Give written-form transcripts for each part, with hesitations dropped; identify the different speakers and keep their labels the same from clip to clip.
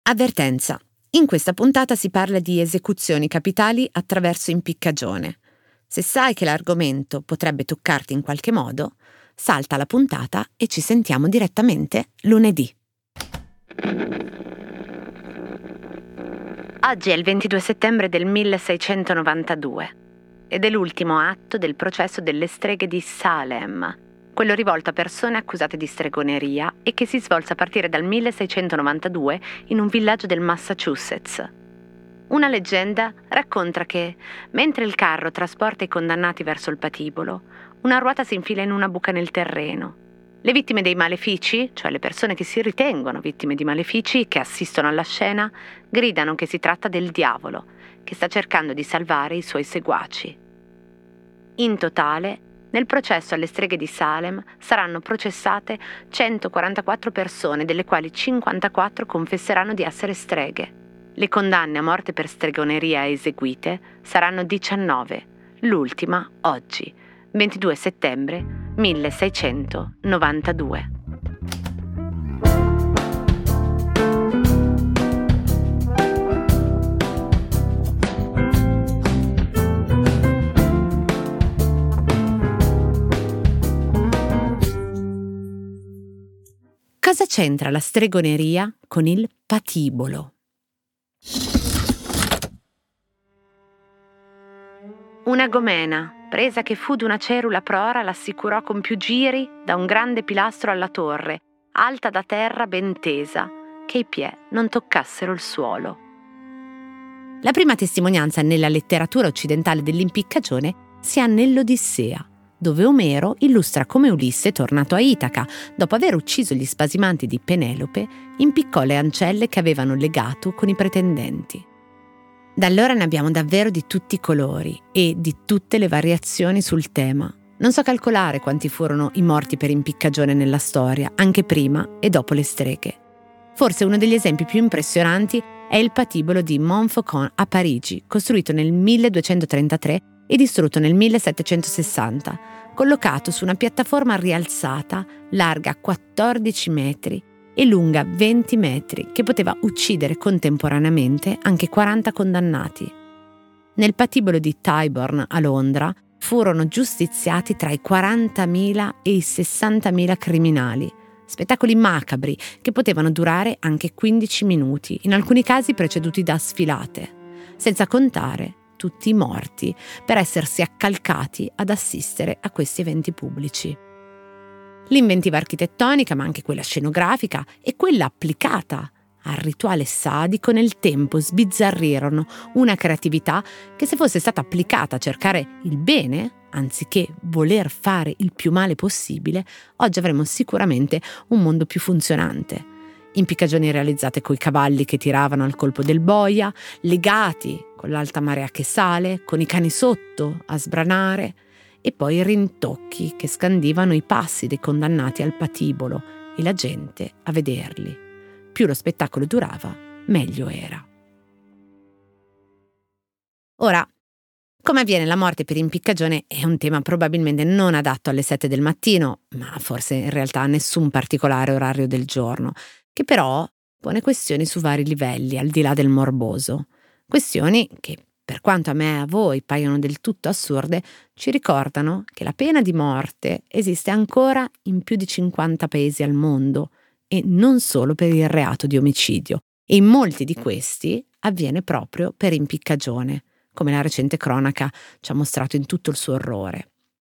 Speaker 1: Avvertenza. In questa puntata si parla di esecuzioni capitali attraverso impiccagione. Se sai che l'argomento potrebbe toccarti in qualche modo, salta la puntata e ci sentiamo direttamente lunedì. Oggi è il 22 settembre del 1692 ed è l'ultimo atto del processo delle streghe di Salem, quello rivolto a persone accusate di stregoneria e che si svolse a partire dal 1692 in un villaggio del Massachusetts. Una leggenda racconta che, mentre il carro trasporta i condannati verso il patibolo, una ruota si infila in una buca nel terreno. Le vittime dei malefici, cioè le persone che si ritengono vittime di malefici e che assistono alla scena, gridano che si tratta del diavolo, che sta cercando di salvare i suoi seguaci. In totale, nel processo alle streghe di Salem saranno processate 144 persone, delle quali 54 confesseranno di essere streghe. Le condanne a morte per stregoneria eseguite saranno 19, l'ultima oggi, 22 settembre 1692. Cosa c'entra la stregoneria con il patibolo? Una gomena, presa che fu d'una cerula prora, l'assicurò con più giri da un grande pilastro alla torre, alta da terra ben tesa, che i piè non toccassero il suolo. La prima testimonianza nella letteratura occidentale dell'impiccagione si ha nell'Odissea, dove Omero illustra come Ulisse, tornato a Itaca, dopo aver ucciso gli spasimanti di Penelope, impiccò le ancelle che avevano legato con i pretendenti. Da allora ne abbiamo davvero di tutti i colori e di tutte le variazioni sul tema. Non so calcolare quanti furono i morti per impiccagione nella storia, anche prima e dopo le streghe. Forse uno degli esempi più impressionanti è il patibolo di Montfaucon a Parigi, costruito nel 1233 e distrutto nel 1760, collocato su una piattaforma rialzata, larga 14 metri e lunga 20 metri, che poteva uccidere contemporaneamente anche 40 condannati. Nel patibolo di Tyburn a Londra furono giustiziati tra i 40.000 e i 60.000 criminali, spettacoli macabri che potevano durare anche 15 minuti, in alcuni casi preceduti da sfilate, senza contare tutti i morti per essersi accalcati ad assistere a questi eventi pubblici. L'inventiva architettonica, ma anche quella scenografica e quella applicata al rituale sadico nel tempo sbizzarrirono una creatività che, se fosse stata applicata a cercare il bene, anziché voler fare il più male possibile, oggi avremmo sicuramente un mondo più funzionante. Impiccagioni realizzate coi cavalli che tiravano al colpo del boia, legati con l'alta marea che sale, con i cani sotto a sbranare, e poi rintocchi che scandivano i passi dei condannati al patibolo e la gente a vederli. Più lo spettacolo durava, meglio era. Ora, come avviene la morte per impiccagione è un tema probabilmente non adatto alle 7 del mattino, ma forse in realtà a nessun particolare orario del giorno, che però pone questioni su vari livelli, al di là del morboso. Questioni che, per quanto a me e a voi paiono del tutto assurde, ci ricordano che la pena di morte esiste ancora in più di 50 paesi al mondo, e non solo per il reato di omicidio. E in molti di questi avviene proprio per impiccagione, come la recente cronaca ci ha mostrato in tutto il suo orrore.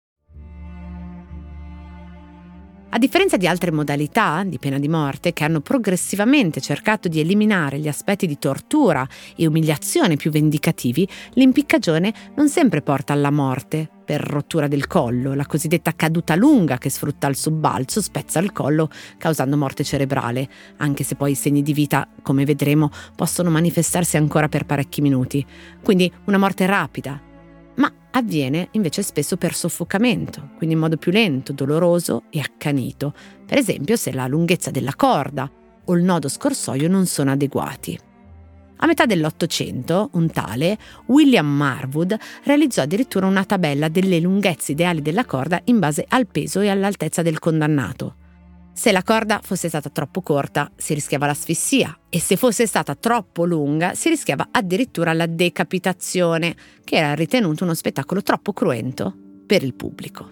Speaker 1: A differenza di altre modalità di pena di morte che hanno progressivamente cercato di eliminare gli aspetti di tortura e umiliazione più vendicativi, l'impiccagione non sempre porta alla morte per rottura del collo. La cosiddetta caduta lunga, che sfrutta il sobbalzo, spezza il collo causando morte cerebrale, anche se poi i segni di vita, come vedremo, possono manifestarsi ancora per parecchi minuti. Quindi una morte rapida, ma avviene invece spesso per soffocamento, quindi in modo più lento, doloroso e accanito, per esempio se la lunghezza della corda o il nodo scorsoio non sono adeguati. A metà dell'Ottocento, un tale William Marwood realizzò addirittura una tabella delle lunghezze ideali della corda in base al peso e all'altezza del condannato. Se la corda fosse stata troppo corta, si rischiava l'asfissia, e se fosse stata troppo lunga, si rischiava addirittura la decapitazione, che era ritenuto uno spettacolo troppo cruento per il pubblico.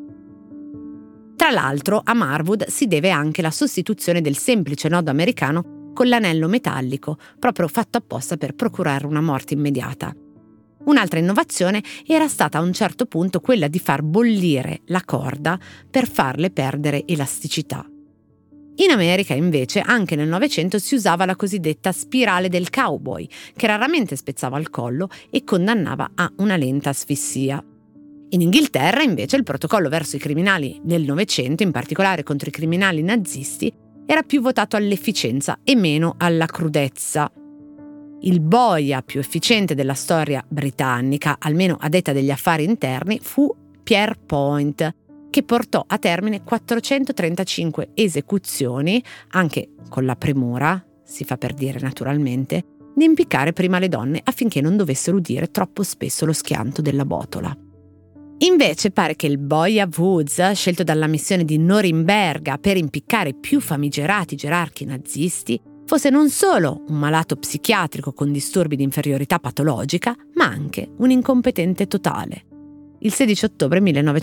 Speaker 1: Tra l'altro, a Marwood si deve anche la sostituzione del semplice nodo americano con l'anello metallico, proprio fatto apposta per procurare una morte immediata. Un'altra innovazione era stata a un certo punto quella di far bollire la corda per farle perdere elasticità. In America, invece, anche nel Novecento si usava la cosiddetta spirale del cowboy, che raramente spezzava il collo e condannava a una lenta asfissia. In Inghilterra, invece, il protocollo verso i criminali nel Novecento, in particolare contro i criminali nazisti, era più votato all'efficienza e meno alla crudezza. Il boia più efficiente della storia britannica, almeno a detta degli affari interni, fu Pierre Point, che portò a termine 435 esecuzioni, anche con la premura, si fa per dire naturalmente, di impiccare prima le donne affinché non dovessero udire troppo spesso lo schianto della botola. Invece pare che il boia Woods, scelto dalla missione di Norimberga per impiccare i più famigerati gerarchi nazisti, fosse non solo un malato psichiatrico con disturbi di inferiorità patologica, ma anche un incompetente totale. Il 16 ottobre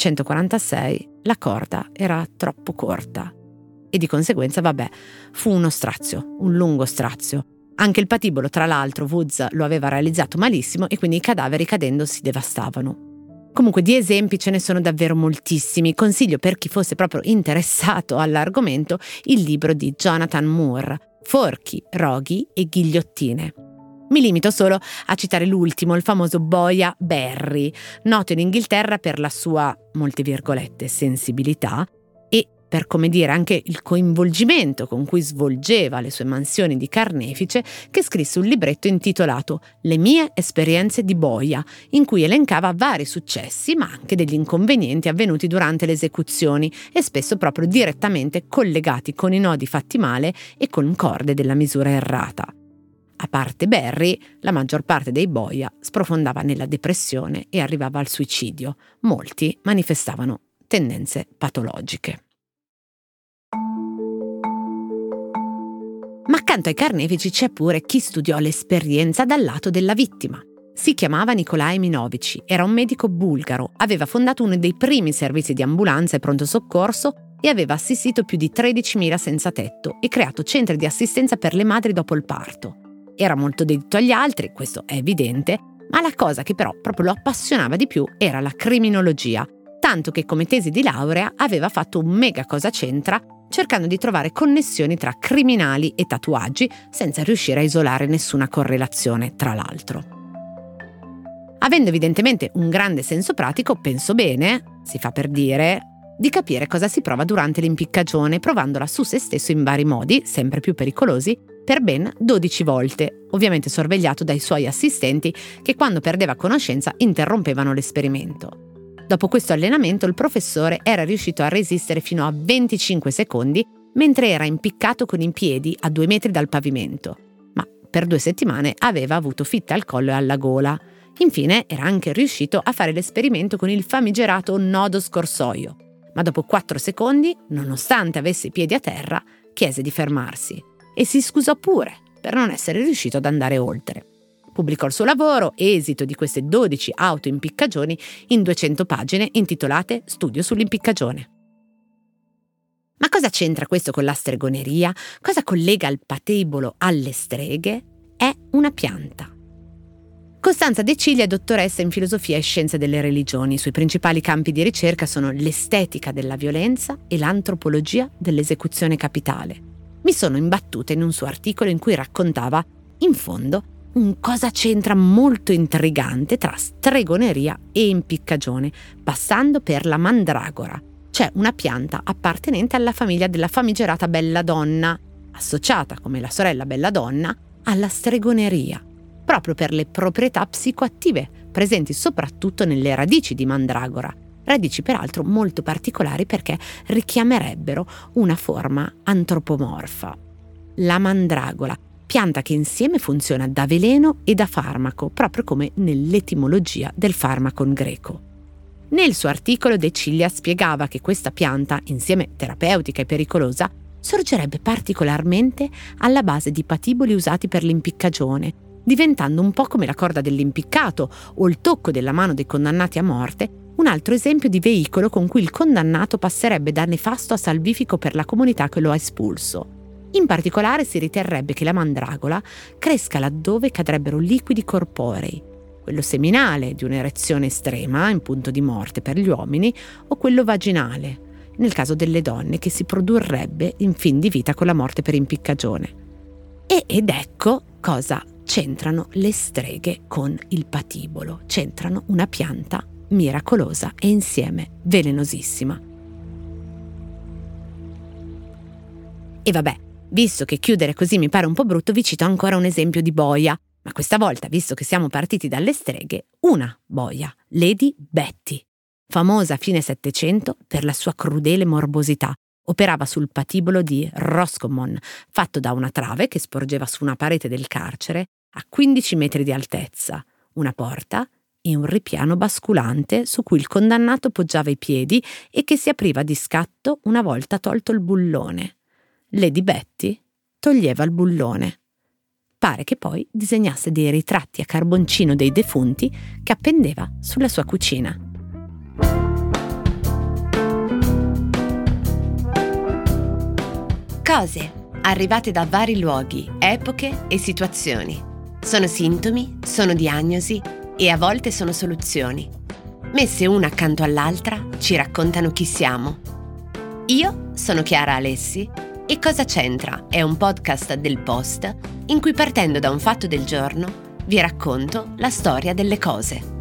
Speaker 1: 1946 la corda era troppo corta e di conseguenza, fu uno strazio, un lungo strazio. Anche il patibolo, tra l'altro, Woods lo aveva realizzato malissimo e quindi i cadaveri cadendo si devastavano. Comunque di esempi ce ne sono davvero moltissimi. Consiglio per chi fosse proprio interessato all'argomento il libro di Jonathan Moore, Forchi, roghi e ghigliottine. Mi limito solo a citare l'ultimo, il famoso boia Barry, noto in Inghilterra per la sua, molte virgolette, sensibilità e per, come dire, anche il coinvolgimento con cui svolgeva le sue mansioni di carnefice, che scrisse un libretto intitolato Le mie esperienze di boia, in cui elencava vari successi ma anche degli inconvenienti avvenuti durante le esecuzioni e spesso proprio direttamente collegati con i nodi fatti male e con corde della misura errata. A parte Barry, la maggior parte dei boia sprofondava nella depressione e arrivava al suicidio. Molti manifestavano tendenze patologiche. Ma accanto ai carnefici c'è pure chi studiò l'esperienza dal lato della vittima. Si chiamava Nikolai Minovici, era un medico bulgaro, aveva fondato uno dei primi servizi di ambulanza e pronto soccorso e aveva assistito più di 13.000 senza tetto e creato centri di assistenza per le madri dopo il parto. Era molto dedito agli altri, questo è evidente, ma la cosa che però proprio lo appassionava di più era la criminologia, tanto che come tesi di laurea aveva fatto un mega cosa c'entra cercando di trovare connessioni tra criminali e tatuaggi senza riuscire a isolare nessuna correlazione tra l'altro. Avendo evidentemente un grande senso pratico, pensò bene, si fa per dire, di capire cosa si prova durante l'impiccagione provandola su se stesso in vari modi, sempre più pericolosi, per ben 12 volte, ovviamente sorvegliato dai suoi assistenti che quando perdeva conoscenza interrompevano l'esperimento. Dopo questo allenamento il professore era riuscito a resistere fino a 25 secondi mentre era impiccato con i piedi a 2 metri dal pavimento, ma per 2 settimane aveva avuto fitte al collo e alla gola. Infine era anche riuscito a fare l'esperimento con il famigerato nodo scorsoio, ma dopo 4 secondi, nonostante avesse i piedi a terra, chiese di fermarsi e si scusò pure per non essere riuscito ad andare oltre. Pubblicò il suo lavoro, esito di queste 12 autoimpiccagioni, in 200 pagine intitolate Studio sull'impiccagione. Ma cosa c'entra questo con la stregoneria? Cosa collega il patibolo alle streghe? È una pianta. Costanza De Ciglia è dottoressa in filosofia e scienze delle religioni. I suoi principali campi di ricerca sono l'estetica della violenza e l'antropologia dell'esecuzione capitale. Mi sono imbattuta in un suo articolo in cui raccontava, in fondo, un cosa c'entra molto intrigante tra stregoneria e impiccagione, passando per la mandragora, cioè una pianta appartenente alla famiglia della famigerata belladonna, associata come la sorella belladonna alla stregoneria, proprio per le proprietà psicoattive presenti soprattutto nelle radici di mandragora, radici peraltro molto particolari perché richiamerebbero una forma antropomorfa. La mandragola, pianta che insieme funziona da veleno e da farmaco, proprio come nell'etimologia del farmacon greco. Nel suo articolo De Ciglia spiegava che questa pianta, insieme terapeutica e pericolosa, sorgerebbe particolarmente alla base di patiboli usati per l'impiccagione, diventando un po' come la corda dell'impiccato o il tocco della mano dei condannati a morte, un altro esempio di veicolo con cui il condannato passerebbe da nefasto a salvifico per la comunità che lo ha espulso. In particolare si riterrebbe che la mandragola cresca laddove cadrebbero liquidi corporei, quello seminale di un'erezione estrema in punto di morte per gli uomini o quello vaginale, nel caso delle donne, che si produrrebbe in fin di vita con la morte per impiccagione. Ed ecco cosa c'entrano le streghe con il patibolo. C'entrano una pianta miracolosa e insieme velenosissima. E vabbè, visto che chiudere così mi pare un po' brutto, vi cito ancora un esempio di boia, ma questa volta, visto che siamo partiti dalle streghe, una boia, Lady Betty, famosa a fine Settecento per la sua crudele morbosità. Operava sul patibolo di Roscommon, fatto da una trave che sporgeva su una parete del carcere a 15 metri di altezza, una porta e un ripiano basculante su cui il condannato poggiava i piedi e che si apriva di scatto una volta tolto il bullone. Lady Betty toglieva il bullone. Pare che poi disegnasse dei ritratti a carboncino dei defunti che appendeva sulla sua cucina. Cose arrivate da vari luoghi, epoche e situazioni. Sono sintomi, sono diagnosi e a volte sono soluzioni. Messe una accanto all'altra ci raccontano chi siamo. Io sono Chiara Alessi e Cosa c'entra è un podcast del Post in cui, partendo da un fatto del giorno, vi racconto la storia delle cose.